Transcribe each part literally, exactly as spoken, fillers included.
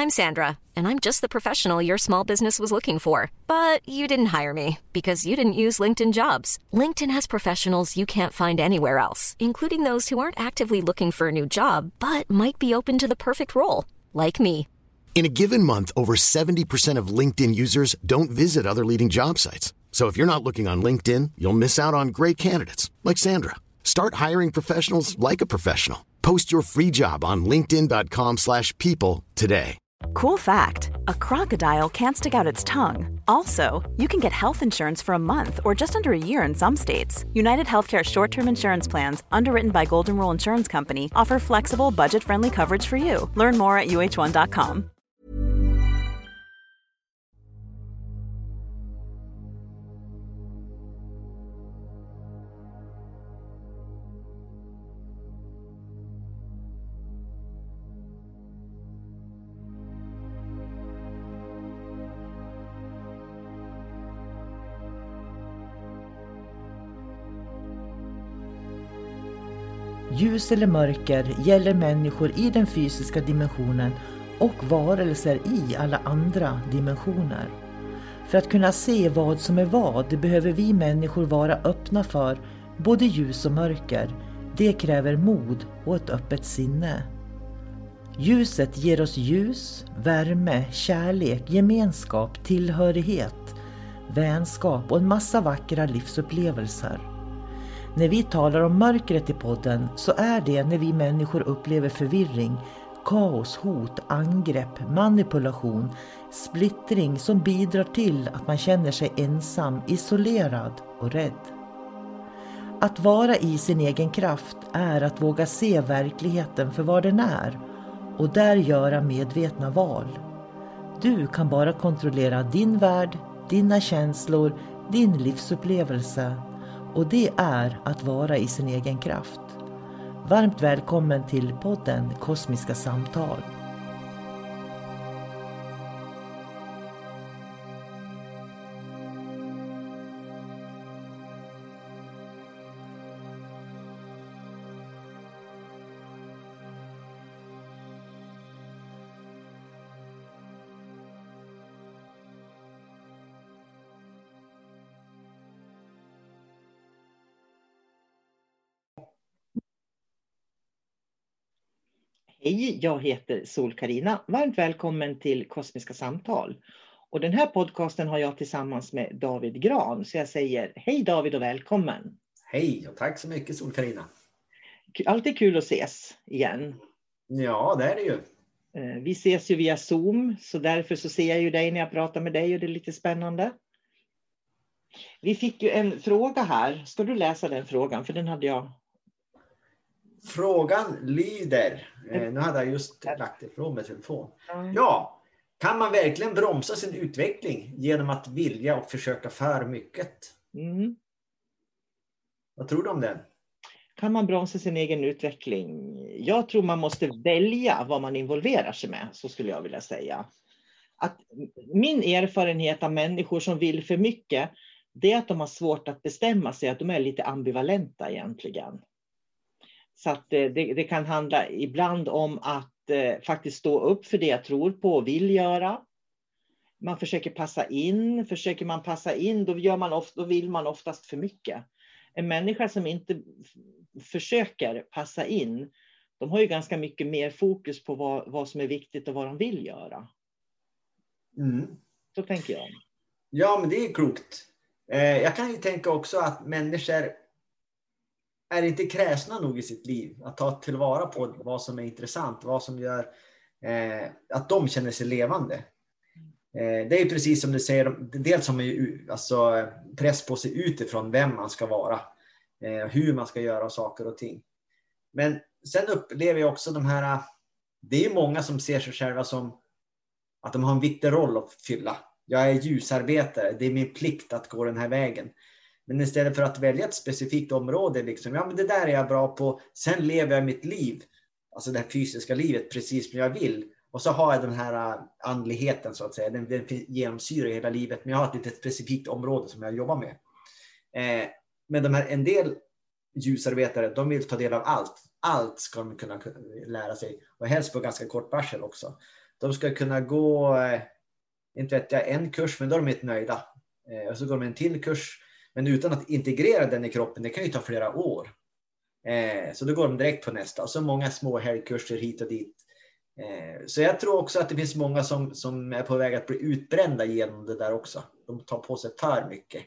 I'm Sandra, and I'm just the professional your small business was looking for. But you didn't hire me because you didn't use LinkedIn Jobs. LinkedIn has professionals you can't find anywhere else, including those who aren't actively looking for a new job, but might be open to the perfect role, like me. In a given month, over seventy percent of LinkedIn users don't visit other leading job sites. So if you're not looking on LinkedIn, you'll miss out on great candidates like Sandra. Start hiring professionals like a professional. Post your free job on linkedin dot com slash people today. Cool fact, a crocodile can't stick out its tongue. Also, you can get health insurance for a month or just under a year in some states. United Healthcare short-term insurance plans, underwritten by Golden Rule Insurance Company, offer flexible, budget-friendly coverage for you. Learn more at u h one dot com. Ljus eller mörker gäller människor i den fysiska dimensionen och varelser i alla andra dimensioner. För att kunna se vad som är vad behöver vi människor vara öppna för både ljus och mörker. Det kräver mod och ett öppet sinne. Ljuset ger oss ljus, värme, kärlek, gemenskap, tillhörighet, vänskap och en massa vackra livsupplevelser. När vi talar om mörkret i podden så är det när vi människor upplever förvirring, kaos, hot, angrepp, manipulation, splittring som bidrar till att man känner sig ensam, isolerad och rädd. Att vara i sin egen kraft är att våga se verkligheten för vad den är och där göra medvetna val. Du kan bara kontrollera din värld, dina känslor, din livsupplevelse. Och det är att vara i sin egen kraft. Varmt välkommen till podden Kosmiska samtal. Hej, jag heter Sol-Carina. Varmt välkommen till Kosmiska samtal. Och den här podcasten har jag tillsammans med David Gran. Så jag säger hej David och välkommen. Hej och tack så mycket Sol-Carina. Alltid kul att ses igen. Ja, det är det ju. Vi ses ju via Zoom, så därför så ser jag ju dig när jag pratar med dig och det är lite spännande. Vi fick ju en fråga här. Ska du läsa den frågan? För den hade jag... Frågan lyder, eh, nu hade jag just lagt ifrån med telefon. Ja, kan man verkligen bromsa sin utveckling genom att vilja och försöka för mycket? Mm. Vad tror du om det? Kan man bromsa sin egen utveckling? Jag tror man måste välja vad man involverar sig med, så skulle jag vilja säga. Att min erfarenhet av människor som vill för mycket, det är att de har svårt att bestämma sig, att de är lite ambivalenta egentligen. Så att det, det kan handla ibland om att eh, faktiskt stå upp för det jag tror på och vill göra. Man försöker passa in. Försöker man passa in, då, gör man ofta, då vill man oftast för mycket. En människa som inte f- försöker passa in, de har ju ganska mycket mer fokus på vad, vad som är viktigt och vad de vill göra. Mm. Så tänker jag. Ja, men det är klokt. Eh, jag kan ju tänka också att människor är inte kräsna nog i sitt liv att ta tillvara på vad som är intressant, vad som gör eh, att de känner sig levande. Eh, det är precis som du säger, dels som är alltså, press på sig utifrån vem man ska vara, eh, hur man ska göra saker och ting. Men sen upplever jag också de här, det är många som ser sig själva som att de har en viktig roll att fylla. Jag är ljusarbetare, det är min plikt att gå den här vägen. Men istället för att välja ett specifikt område, liksom, ja men det där är jag bra på, sen lever jag mitt liv, alltså det här fysiska livet precis som jag vill. Och så har jag den här andligheten så att säga, den, den genomsyrar hela livet, men jag har ett litet specifikt område som jag jobbar med. Eh, men de här, en del ljusarbetare, de vill ta del av allt. Allt ska de kunna lära sig, och helst på ganska kort varsel också. De ska kunna gå, inte vet jag, en kurs, men då är de inte nöjda. Och så går de en till kurs, men utan att integrera den i kroppen. Det kan ju ta flera år. Så då går de direkt på nästa. Och så många små helgkurser hit och dit. Så jag tror också att det finns många som, som är på väg att bli utbrända genom det där också. De tar på sig för mycket.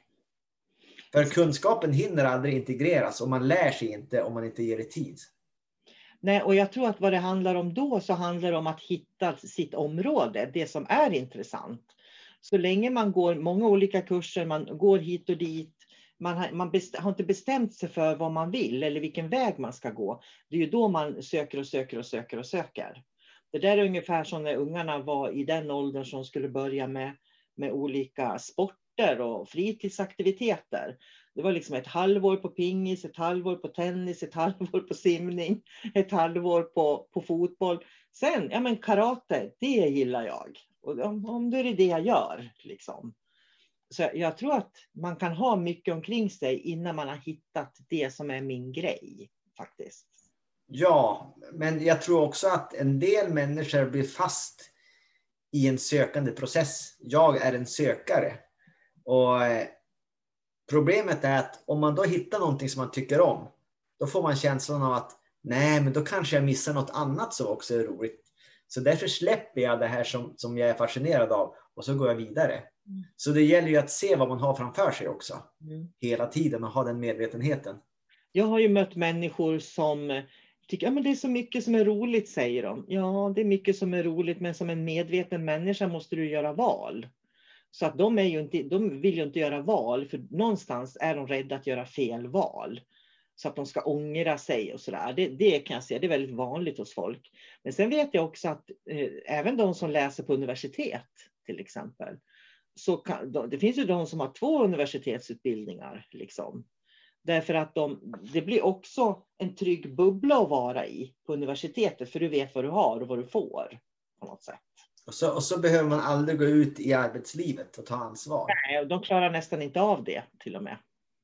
För kunskapen hinner aldrig integreras och man lär sig inte om man inte ger det tid. Nej, och jag tror att vad det handlar om då så handlar det om att hitta sitt område, det som är intressant. Så länge man går många olika kurser, man går hit och dit, man har, man bestäm, har inte bestämt sig för vad man vill eller vilken väg man ska gå. Det är ju då man söker och söker och söker och söker. Det där är ungefär som när ungarna var i den åldern som skulle börja med, med olika sporter och fritidsaktiviteter. Det var liksom ett halvår på pingis, ett halvår på tennis, ett halvår på simning, ett halvår på, på fotboll. Sen, ja men karate, det gillar jag. Och om, om det är det jag gör liksom. Så jag tror att man kan ha mycket omkring sig innan man har hittat det som är min grej faktiskt. Ja, men jag tror också att en del människor blir fast i en sökande process. Jag är en sökare. Och problemet är att om man då hittar någonting som man tycker om, då får man känslan av att nej, men då kanske jag missar något annat som också är roligt. Så därför släpper jag det här som, som jag är fascinerad av och så går jag vidare. Mm. Så det gäller ju att se vad man har framför sig också. Mm. Hela tiden och ha den medvetenheten. Jag har ju mött människor som tycker, ja men det är så mycket som är roligt, säger de. Ja, det är mycket som är roligt, men som en medveten människa måste du göra val. Så att de, är ju inte, de vill ju inte göra val, för någonstans är de rädda att göra fel val. Så att de ska ångra sig och sådär. Det, det kan jag säga, det är väldigt vanligt hos folk. Men sen vet jag också att eh, även de som läser på universitet till exempel. Så kan, det finns ju de som har två universitetsutbildningar liksom. Därför att de, det blir också en trygg bubbla att vara i på universitetet. För du vet vad du har och vad du får på något sätt. Och så, och så behöver man aldrig gå ut i arbetslivet och ta ansvar. Nej, de klarar nästan inte av det till och med.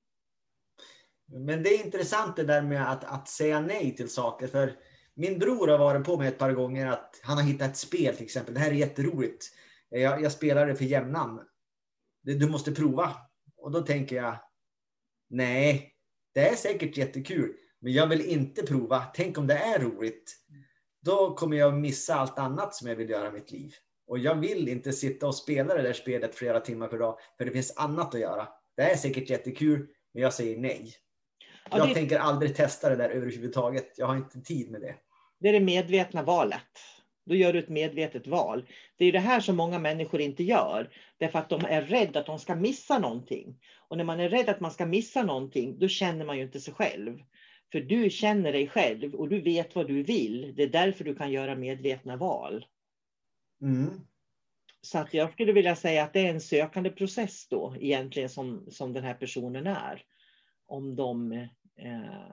Men det är intressant det där med att, att säga nej till saker. För min bror har varit på mig ett par gånger att han har hittat ett spel till exempel. Det här är jätteroligt. Jag, jag spelar det för jämnan. Du måste prova. Och då tänker jag, nej, det är säkert jättekul. Men jag vill inte prova. Tänk om det är roligt. Då kommer jag missa allt annat som jag vill göra i mitt liv. Och jag vill inte sitta och spela det där spelet flera timmar per dag. För det finns annat att göra. Det är säkert jättekul, men jag säger nej. Ja, jag det... tänker aldrig testa det där överhuvudtaget. Jag har inte tid med det. Det är det medvetna valet. Då gör du ett medvetet val. Det är det här som många människor inte gör. Därför att de är rädda att de ska missa någonting. Och när man är rädd att man ska missa någonting, då känner man ju inte sig själv. För du känner dig själv och du vet vad du vill. Det är därför du kan göra medvetna val. Mm. Så att jag skulle vilja säga att det är en sökande process då egentligen som, som den här personen är. Om de, eh,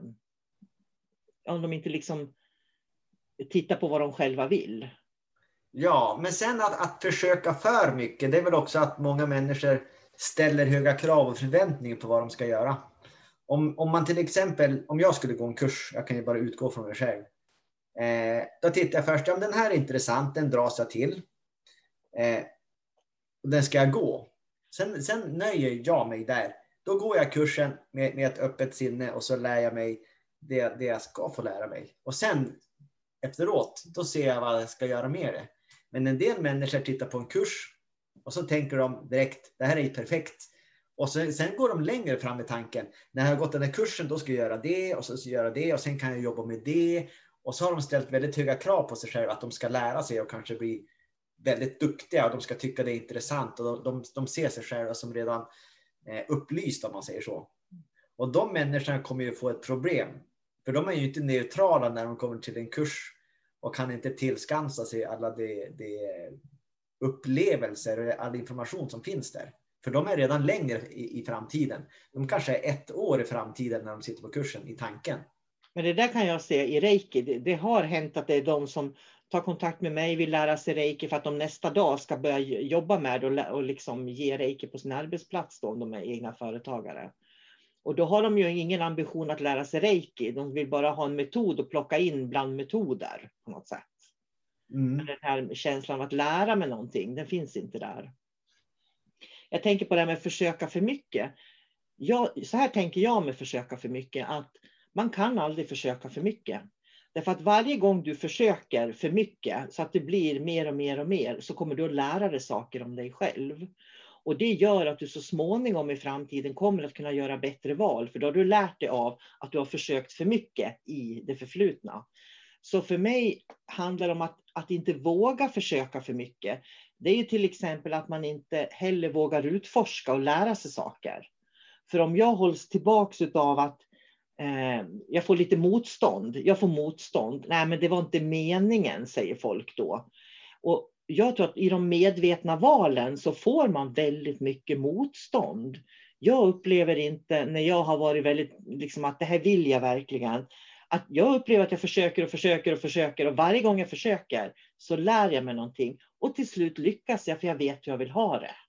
om de inte liksom tittar på vad de själva vill. Ja, men sen att, att försöka för mycket, det är väl också att många människor ställer höga krav och förväntningar på vad de ska göra. Om, om man till exempel, om jag skulle gå en kurs, jag kan ju bara utgå från mig själv. Eh, då tittar jag först, om den här är intressant, den dras jag till. Eh, och den ska jag gå. Sen, sen nöjer jag mig där. Då går jag kursen med, med ett öppet sinne och så lär jag mig det, det jag ska få lära mig. Och sen efteråt, då ser jag vad jag ska göra med det. Men en del människor tittar på en kurs och så tänker de direkt, det här är perfekt. Och så, sen går de längre fram i tanken. När jag har gått den här kursen, då ska jag göra det och så ska jag göra det och sen kan jag jobba med det. Och så har de ställt väldigt höga krav på sig själva att de ska lära sig och kanske bli väldigt duktiga och de ska tycka det är intressant. Och de, de, de ser sig själva som redan eh, upplysta, om man säger så. Och de människorna kommer ju få ett problem. För de är ju inte neutrala när de kommer till en kurs och kan inte tillskansa sig alla de, de upplevelser och all information som finns där. För de är redan längre i, i framtiden. De kanske är ett år i framtiden när de sitter på kursen i tanken. Men det där kan jag se i reiki. Det, det har hänt att det är de som tar kontakt med mig, vill lära sig reiki för att de nästa dag ska börja jobba med det och, och liksom ge reiki på sin arbetsplats då, om de är egna företagare. Och då har de ju ingen ambition att lära sig reiki. De vill bara ha en metod och plocka in bland metoder på något sätt. Mm. Den här känslan av att lära mig någonting, den finns inte där. Jag tänker på det här med att försöka för mycket. Jag, så här tänker jag med försöka för mycket, att man kan aldrig försöka för mycket. Därför att varje gång du försöker för mycket så att det blir mer och mer och mer, så kommer du att lära dig saker om dig själv. Och det gör att du så småningom i framtiden kommer att kunna göra bättre val. För då har du lärt dig av att du har försökt för mycket i det förflutna. Så för mig handlar det om att, att inte våga försöka för mycket. Det är ju till exempel att man inte heller vågar utforska och lära sig saker. För om jag hålls tillbaka av att eh, jag får lite motstånd. Jag får motstånd. Nej, men det var inte meningen, säger folk då. Och jag tror att i de medvetna valen så får man väldigt mycket motstånd. Jag upplever inte, när jag har varit väldigt, liksom att det här vill jag verkligen. Att jag upplever att jag försöker och försöker och försöker. Och varje gång jag försöker så lär jag mig någonting. Och till slut lyckas jag, för jag vet hur jag vill ha det.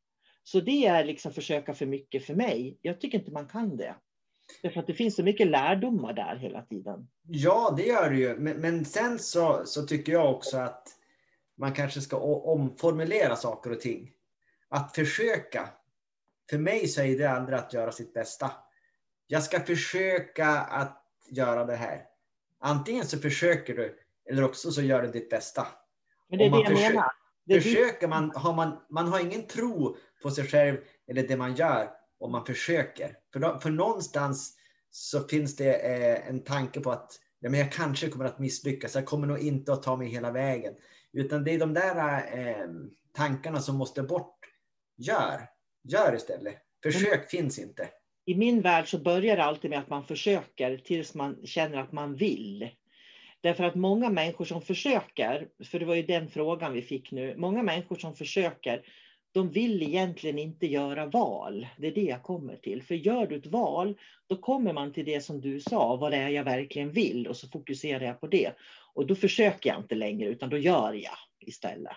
Så det är liksom försöka för mycket för mig. Jag tycker inte man kan det. Därför att det finns så mycket lärdomar där hela tiden. Ja, det gör det ju. Men, men sen så, så tycker jag också att man kanske ska omformulera saker och ting. Att försöka. För mig så är det aldrig att göra sitt bästa. Jag ska försöka att göra det här. Antingen så försöker du, eller också så gör du ditt bästa. Men det är det jag försöker, menar. Det försöker man, har man, man har ingen tro på sig själv eller det man gör om man försöker. För, då, för någonstans så finns det eh, en tanke på att ja, men jag kanske kommer att misslyckas. Jag kommer nog inte att ta mig hela vägen. Utan det är de där eh, tankarna som måste bort. Gör. Gör istället. Försök mm. finns inte. I min värld så börjar det alltid med att man försöker tills man känner att man vill. Därför att många människor som försöker, för det var ju den frågan vi fick nu. Många människor som försöker, de vill egentligen inte göra val. Det är det jag kommer till. För gör du ett val, då kommer man till det som du sa. Vad det är jag verkligen vill. Och så fokuserar jag på det. Och då försöker jag inte längre, utan då gör jag istället.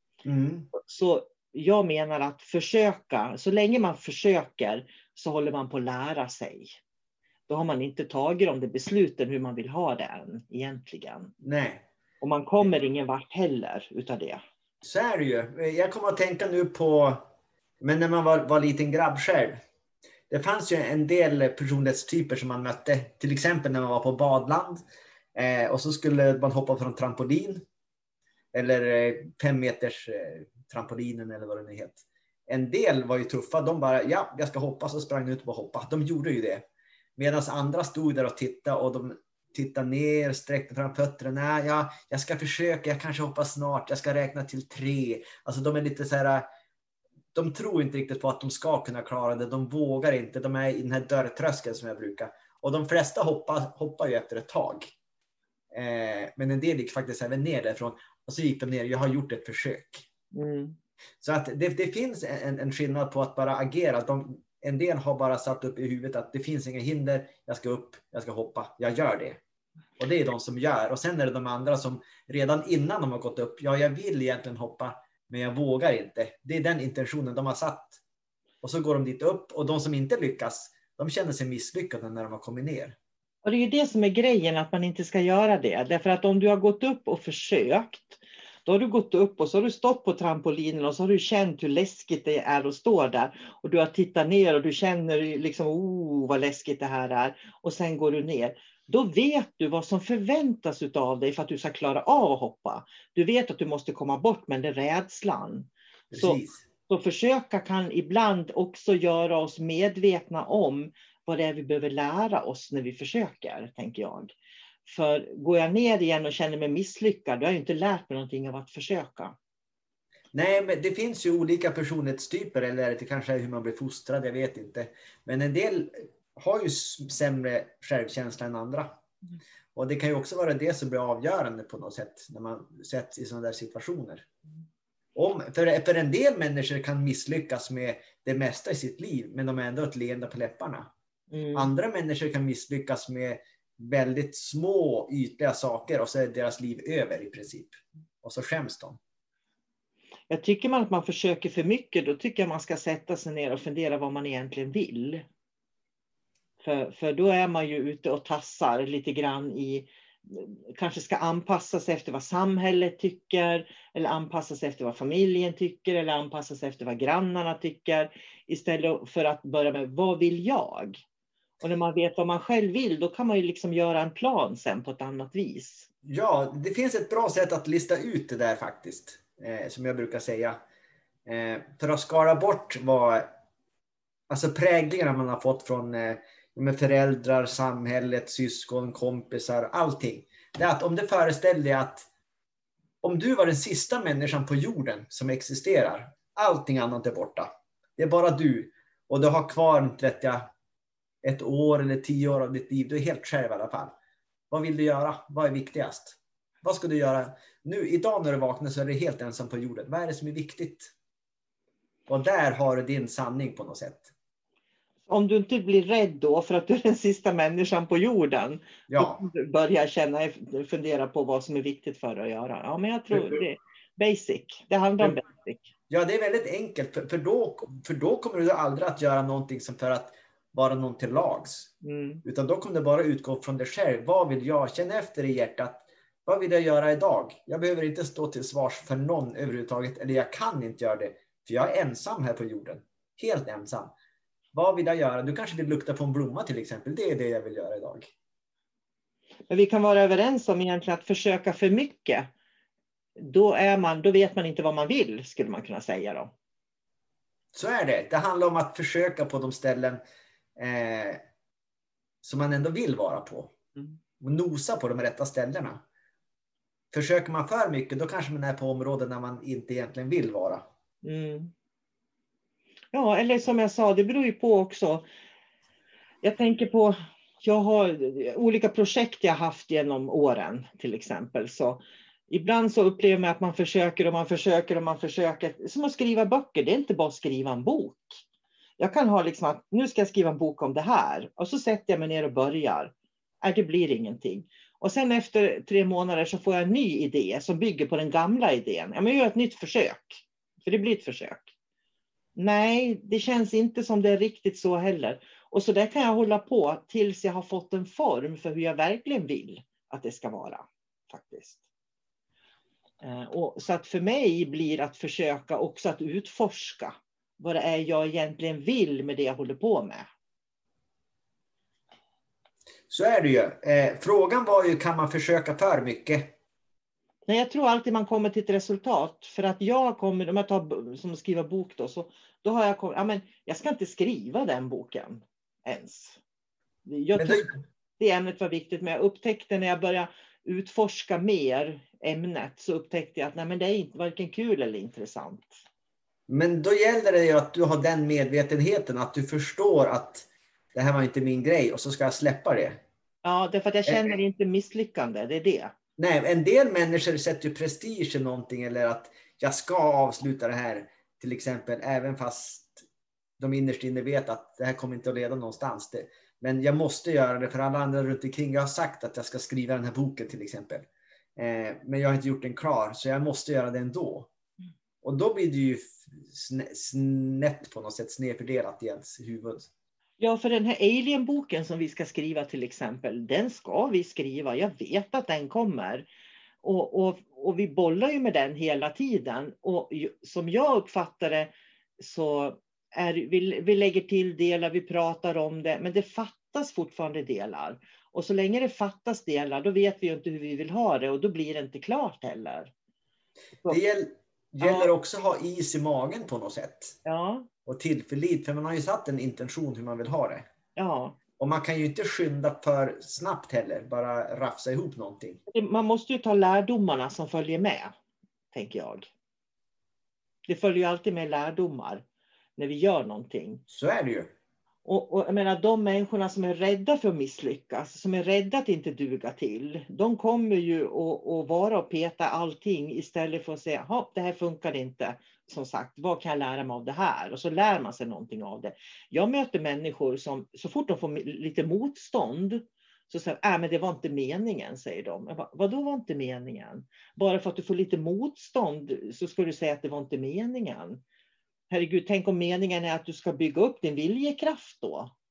Mm. Så jag menar att försöka, så länge man försöker så håller man på att lära sig. Då har man inte tagit om det besluten hur man vill ha det än, egentligen. Nej. Och man kommer ingen vart heller utav det. Så är det ju. Jag kommer att tänka nu på, men när man var, var liten grabb själv. Det fanns ju en del personlighetstyper som man mötte. Till exempel när man var på badland. Eh, och så skulle man hoppa från trampolin. Eller eh, fem meters eh, trampolinen eller vad det nu heter. En del var ju tuffa. De bara, ja, jag ska hoppa, så sprang ut och hoppa. De gjorde ju det. Medan andra stod där och tittade och de tittade ner, sträckte fram fötterna. Nej, ja, jag ska försöka, jag kanske hoppar snart. Jag ska räkna till tre. Alltså de är lite så här, de tror inte riktigt på att de ska kunna klara det. De vågar inte. De är i den här dörrtröskeln som jag brukar. Och de flesta hoppar, hoppar ju efter ett tag. Eh, men en del gick faktiskt även ner därifrån. Och så gick de ner, jag har gjort ett försök. Mm. Så att det, det finns en, en skillnad på att bara agera. De, en del har bara satt upp i huvudet att det finns inga hinder. Jag ska upp, jag ska hoppa. Jag gör det. Och det är de som gör. Och sen är det de andra som redan innan de har gått upp. Ja, jag vill egentligen hoppa, men jag vågar inte. Det är den intentionen de har satt. Och så går de dit upp. Och de som inte lyckas, de känner sig misslyckade när de har kommit ner. Och det är ju det som är grejen, att man inte ska göra det. Därför att om du har gått upp och försökt, då har du gått upp och så har du stått på trampolinen och så har du känt hur läskigt det är att stå där. Och du har tittat ner och du känner liksom, oh vad läskigt det här är. Och sen går du ner. Då vet du vad som förväntas av dig för att du ska klara av att hoppa. Du vet att du måste komma bort med den rädslan. Så, så försöka kan ibland också göra oss medvetna om vad det är vi behöver lära oss när vi försöker, tänker jag. För går jag ner igen och känner mig misslyckad, då har jag inte lärt mig någonting av att försöka. Nej, men det finns ju olika personlighetstyper, eller det kanske är hur man blir fostrad, jag vet inte. Men en del har ju sämre självkänsla än andra. Mm. Och det kan ju också vara det som blir avgörande på något sätt när man sätts i sådana där situationer. Mm. Om, för, för en del människor kan misslyckas med det mesta i sitt liv, men de är ändå ett leende på läpparna. Mm. Andra människor kan misslyckas med väldigt små ytliga saker och så är deras liv över i princip. Och så skäms de. Jag tycker man att man försöker för mycket, då tycker jag man ska sätta sig ner och fundera vad man egentligen vill. För, för då är man ju ute och tassar lite grann i kanske ska anpassa sig efter vad samhället tycker, eller anpassa sig efter vad familjen tycker, eller anpassa sig efter vad grannarna tycker, istället för att börja med vad vill jag? Och när man vet vad man själv vill, då kan man ju liksom göra en plan sen på ett annat vis. Ja, det finns ett bra sätt att lista ut det där faktiskt, eh, som jag brukar säga. Eh, för att skala bort vad, alltså präglingarna man har fått från eh, med föräldrar, samhället, syskon, kompisar, allting. Det är att om det föreställer dig att om du var den sista människan på jorden som existerar, allting annat är borta. Det är bara du. Och du har kvar vet jag, ett år eller tio år av ditt liv. Du är helt själv i alla fall. Vad vill du göra? Vad är viktigast? Vad ska du göra? Nu, idag när du vaknar så är du helt ensam på jorden. Vad är det som är viktigt? Och där har du din sanning på något sätt. Om du inte blir rädd då för att du är den sista människan på jorden. Ja. Då börjar känna, fundera på vad som är viktigt för dig att göra. Ja, men jag tror det är basic. Det handlar om basic. Ja, det är väldigt enkelt. För, för, då, för då kommer du aldrig att göra någonting som för att vara någon till lags. Mm. Utan då kommer du bara utgå från dig själv. Vad vill jag? Känna efter i hjärtat. Vad vill jag göra idag? Jag behöver inte stå till svars för någon överhuvudtaget. Eller jag kan inte göra det. För jag är ensam här på jorden. Helt ensam. Vad vill jag göra? Du kanske vill lukta på en blomma till exempel. Det är det jag vill göra idag. Men vi kan vara överens om egentligen att försöka för mycket. Då, är man, då vet man inte vad man vill, skulle man kunna säga då. Så är det. Det handlar om att försöka på de ställen eh, som man ändå vill vara på. Mm. Och nosa på de rätta ställena. Försöker man för mycket, då kanske man är på områden där man inte egentligen vill vara. Mm. Ja, eller som jag sa, det beror ju på också. Jag tänker på, jag har olika projekt jag haft genom åren till exempel. Så ibland så upplever man att man försöker och man försöker och man försöker. Som att skriva böcker, det är inte bara att skriva en bok. Jag kan ha liksom att nu ska jag skriva en bok om det här. Och så sätter jag mig ner och börjar. Nej, det blir ingenting. Och sen efter tre månader så får jag en ny idé som bygger på den gamla idén. Ja, men jag gör ett nytt försök. För det blir ett försök. Nej, det känns inte som det är riktigt så heller. Och så där kan jag hålla på tills jag har fått en form för hur jag verkligen vill att det ska vara. Faktiskt. Och så att för mig blir att försöka också att utforska vad det är jag egentligen vill med det jag håller på med. Så är det ju. Eh, frågan var ju, kan man försöka för mycket? Nej, jag tror alltid man kommer till ett resultat. För att jag kommer, om jag tar som att skriva bok då, så då har jag kommit, ja men jag ska inte skriva den boken ens. Jag tror det... det ämnet var viktigt, men jag upptäckte när jag började utforska mer ämnet så upptäckte jag att nej, men det är inte varken kul eller intressant. Men då gäller det ju att du har den medvetenheten, att du förstår att det här var inte min grej och så ska jag släppa det. Ja, därför att jag känner äh... inte misslyckande, det är det. Nej, en del människor sätter ju prestige i någonting eller att jag ska avsluta det här till exempel, även fast de innerst inne vet att det här kommer inte att leda någonstans. Det, men jag måste göra det för alla andra runt omkring. Jag har sagt att jag ska skriva den här boken till exempel. Eh, men jag har inte gjort den klar, så jag måste göra det ändå. Och då blir det ju sn- snett på något sätt, snedfördelat i ens huvud. Ja, för den här Alien-boken som vi ska skriva till exempel, den ska vi skriva. Jag vet att den kommer. Och, och, och vi bollar ju med den hela tiden. Och som jag uppfattar det så är vi, vi lägger till delar, vi pratar om det. Men det fattas fortfarande delar. Och så länge det fattas delar, då vet vi ju inte hur vi vill ha det. Och då blir det inte klart heller. Så, det gäll, gäller ja. också att ha is i magen på något sätt. Ja. Och tillförlit, för man har ju satt en intention hur man vill ha det. Ja. Och man kan ju inte skynda för snabbt heller, bara rafsa ihop någonting. Man måste ju ta lärdomarna som följer med, tänker jag. Det följer ju alltid med lärdomar när vi gör någonting. Så är det ju. Och, och jag menar, de människorna som är rädda för att misslyckas, som är rädda att inte duga till, de kommer ju att, att vara och peta allting istället för att säga, ja, det här funkar inte. Som sagt, vad kan jag lära mig av det här? Och så lär man sig någonting av det. Jag möter människor som, så fort de får lite motstånd, så säger äh, men det var inte meningen, säger de. Bara, vadå var inte meningen? Bara för att du får lite motstånd så ska du säga att det var inte meningen. Herregud, tänk om meningen är att du ska bygga upp din viljekraft då.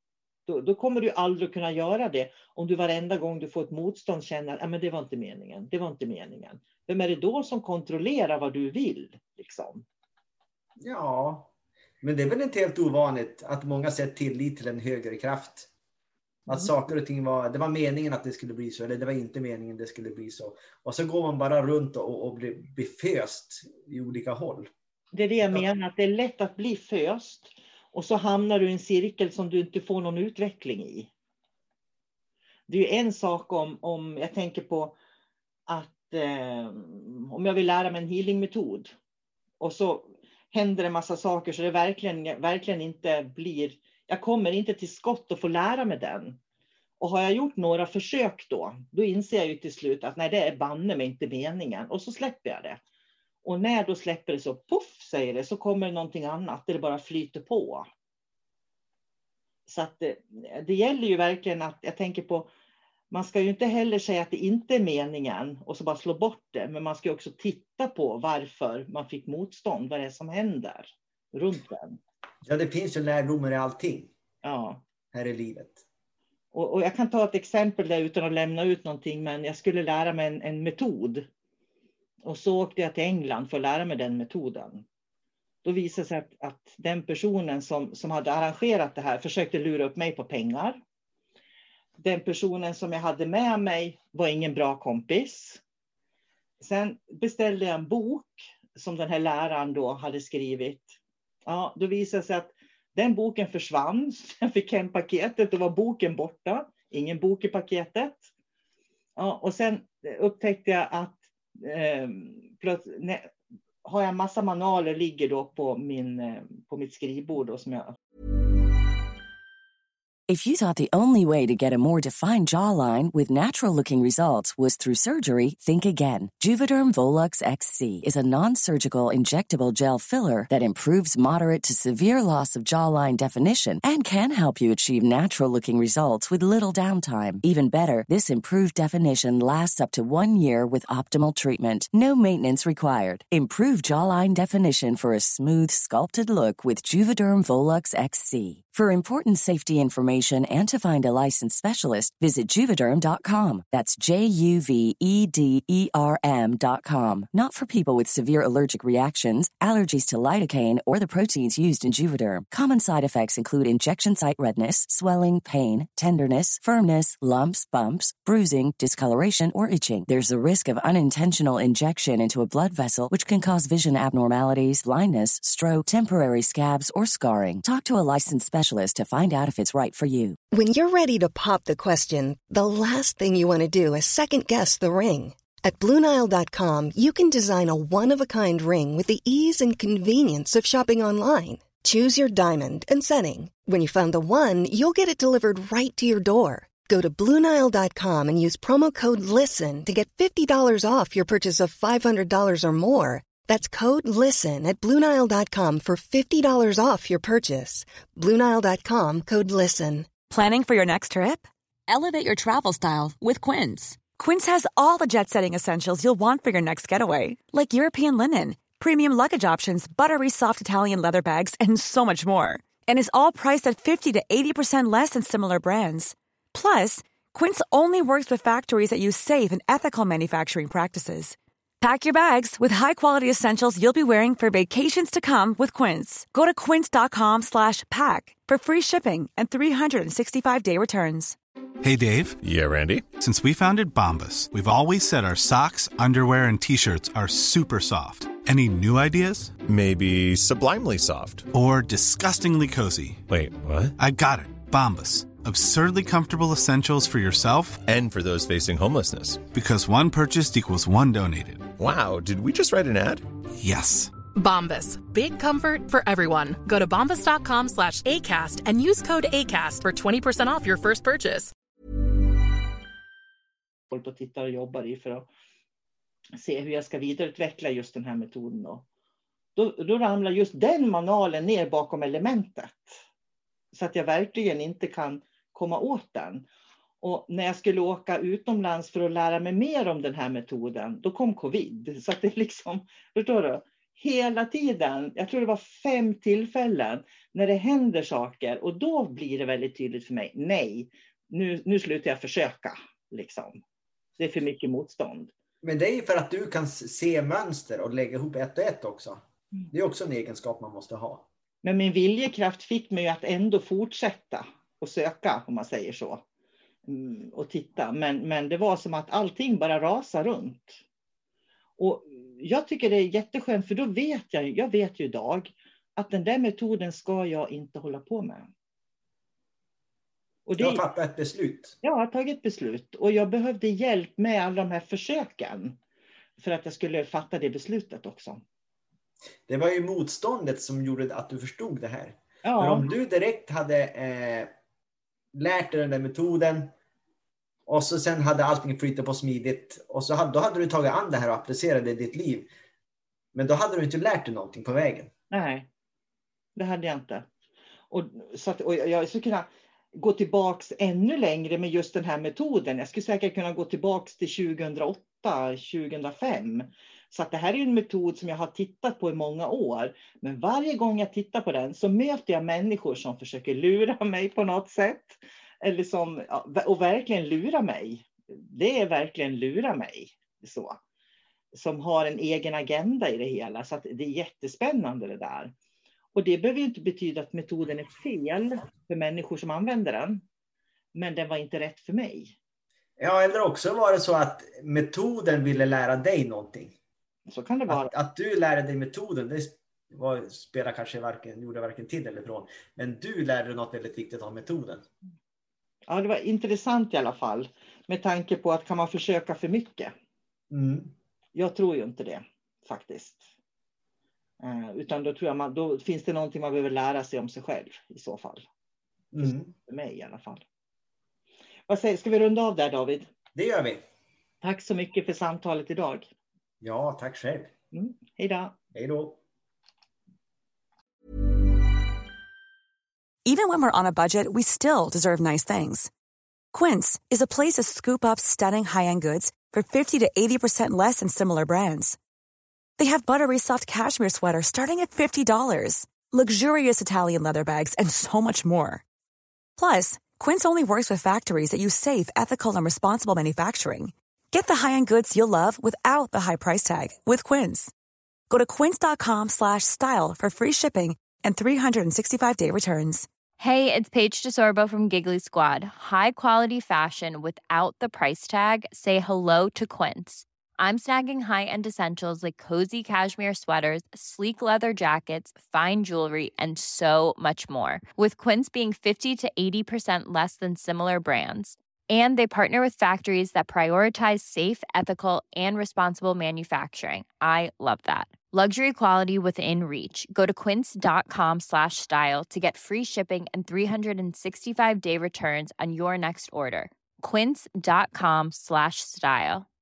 Då, då kommer du aldrig kunna göra det. Om du varenda gång du får ett motstånd känner att det var inte meningen. Det var inte meningen. Vem är det då som kontrollerar vad du vill? Liksom? Ja, men det är väl inte helt ovanligt att många sätter tillit till en högre kraft. Att mm. saker och ting var, det var meningen att det skulle bli så, eller det var inte meningen det skulle bli så. Och så går man bara runt och, och blir beföst i olika håll. Det är det jag menar, att det är lätt att bli föst. Och så hamnar du i en cirkel som du inte får någon utveckling i. Det är ju en sak om, om jag tänker på att eh, om jag vill lära mig en healingmetod. Och så händer det en massa saker så det verkligen, verkligen inte blir... Jag kommer inte till skott och får lära mig den. Och har jag gjort några försök då, då inser jag ju till slut att nej, det är banne mig inte meningen. Och så släpper jag det. Och när då släpper det så, puff säger det, så kommer det någonting annat. Det bara flyter på. Så att det, det gäller ju verkligen att, jag tänker på, man ska ju inte heller säga att det inte är meningen och så bara slå bort det. Men man ska ju också titta på varför man fick motstånd, vad det är som händer runt den. Ja, det finns ju lärdomar i allting. Ja. Här i livet. Och, och jag kan ta ett exempel där utan att lämna ut någonting, men jag skulle lära mig en, en metod. Och så åkte jag till England för att lära mig den metoden. Då visade det sig att, att den personen som, som hade arrangerat det här försökte lura upp mig på pengar. Den personen som jag hade med mig var ingen bra kompis. Sen beställde jag en bok som den här läraren då hade skrivit. Ja, då visade det sig att den boken försvann. Jag fick hem paketet och var boken borta. Ingen bok i paketet. Ja, och sen upptäckte jag att eh, plötsligt, ne, har jag en massa manualer ligger då på, min, eh, på mitt skrivbord. Då, som jag... If you thought the only way to get a more defined jawline with natural-looking results was through surgery, think again. Juvederm Volux X C is a non-surgical injectable gel filler that improves moderate to severe loss of jawline definition and can help you achieve natural-looking results with little downtime. Even better, this improved definition lasts up to one year with optimal treatment. No maintenance required. Improve jawline definition for a smooth, sculpted look with Juvederm Volux X C. For important safety information and to find a licensed specialist, visit Juvederm dot com. That's J U V E D E R M dot com. Not for people with severe allergic reactions, allergies to lidocaine, or the proteins used in Juvederm. Common side effects include injection site redness, swelling, pain, tenderness, firmness, lumps, bumps, bruising, discoloration, or itching. There's a risk of unintentional injection into a blood vessel, which can cause vision abnormalities, blindness, stroke, temporary scabs, or scarring. Talk to a licensed specialist to find out if it's right for you. When you're ready to pop the question, the last thing you want to do is second-guess the ring. At Blue Nile dot com, you can design a one-of-a-kind ring with the ease and convenience of shopping online. Choose your diamond and setting. When you find the one, you'll get it delivered right to your door. Go to Blue Nile dot com and use promo code LISTEN to get fifty dollars off your purchase of five hundred dollars or more. That's code LISTEN at Blue Nile dot com for fifty dollars off your purchase. Blue Nile dot com, code LISTEN. Planning for your next trip? Elevate your travel style with Quince. Quince has all the jet-setting essentials you'll want for your next getaway, like European linen, premium luggage options, buttery soft Italian leather bags, and so much more. And is all priced at fifty to eighty percent less than similar brands. Plus, Quince only works with factories that use safe and ethical manufacturing practices. Pack your bags with high-quality essentials you'll be wearing for vacations to come with Quince. Go to quince dot com slash pack for free shipping and three sixty-five day returns. Hey, Dave. Yeah, Randy. Since we founded Bombas, we've always said our socks, underwear, and T-shirts are super soft. Any new ideas? Maybe sublimely soft. Or disgustingly cozy. Wait, what? I got it. Bombas. Absurdly comfortable essentials for yourself and for those facing homelessness. Because one purchased equals one donated. Wow, did we just write an ad? Yes. Bombas. Big comfort for everyone. Go to bombas dot com slash ACAST and use code ACAST for twenty percent off your first purchase. Folk och tittar och jobbar i för att se hur jag ska vidareutveckla just den här metoden. Då, då, då ramlar just den manualen ner bakom elementet. Så att jag verkligen inte kan komma åt den. Och när jag skulle åka utomlands för att lära mig mer om den här metoden, då kom covid. Så att det liksom, förstår du? hela tiden. Jag tror det var fem tillfällen när det händer saker. Och då blir det väldigt tydligt för mig. Nej, nu, nu slutar jag försöka. Liksom. Det är för mycket motstånd. Men det är ju för att du kan se mönster och lägga ihop ett och ett också. Det är också en egenskap man måste ha. Men min viljekraft fick mig att ändå fortsätta och söka, om man säger så. Mm, och titta. Men, men det var som att allting bara rasar runt. Och jag tycker det är jätteskönt, för då vet jag, jag vet ju idag att den där metoden ska jag inte hålla på med. Och det, jag har fattat ett beslut. Ja, jag har tagit ett beslut. Och jag behövde hjälp med alla de här försöken för att jag skulle fatta det beslutet också. Det var ju motståndet som gjorde att du förstod det här. Ja. Men om du direkt hade eh, lärt dig den där metoden och så sen hade allting flyttat på smidigt och så hade, då hade du tagit an det här och applicerat det i ditt liv. Men då hade du inte lärt dig någonting på vägen. Nej, det hade jag inte. Och, så att, och jag skulle kunna gå tillbaks ännu längre med just den här metoden. Jag skulle säkert kunna gå tillbaks till tjugohundraåtta, tjugohundrafem. Så att det här är en metod som jag har tittat på i många år. Men varje gång jag tittar på den så möter jag människor som försöker lura mig på något sätt. Eller som, och verkligen lura mig. Det är verkligen lura mig. Så. Som har en egen agenda i det hela. Så att det är jättespännande det där. Och det behöver ju inte betyda att metoden är fel för människor som använder den. Men den var inte rätt för mig. Ja, eller också var det så att metoden ville lära dig någonting. Så kan det vara. Att, att du lärde dig metoden, det var, spelar kanske varken, gjorde varken till eller från. Men du lärde dig något väldigt viktigt om metoden. Ja, det var intressant i alla fall. Med tanke på att kan man försöka för mycket? Mm. Jag tror ju inte det, faktiskt. Uh, utan då tror jag man, då finns det någonting man behöver lära sig om sig själv i så fall. Mm. För mig i alla fall. Vad säger, ska vi runda av där, David? Det gör vi. Tack så mycket för samtalet idag. Ja, tack själv. Mm. Hej då. Hej då. Even when we're on a budget, we still deserve nice things. Quince is a place to scoop up stunning high-end goods for fifty to eighty percent less than similar brands. They have buttery soft cashmere sweaters starting at fifty dollars, luxurious Italian leather bags, and so much more. Plus, Quince only works with factories that use safe, ethical, and responsible manufacturing. Get the high-end goods you'll love without the high price tag with Quince. Go to quince.com slash style for free shipping and three sixty-five day returns. Hey, it's Paige DeSorbo from Giggly Squad. High quality fashion without the price tag. Say hello to Quince. I'm snagging high-end essentials like cozy cashmere sweaters, sleek leather jackets, fine jewelry, and so much more. With Quince being fifty to eighty percent less than similar brands. And they partner with factories that prioritize safe, ethical, and responsible manufacturing. I love that. Luxury quality within reach. Go to quince.com slash style to get free shipping and three sixty-five day returns on your next order. Quince.com slash style.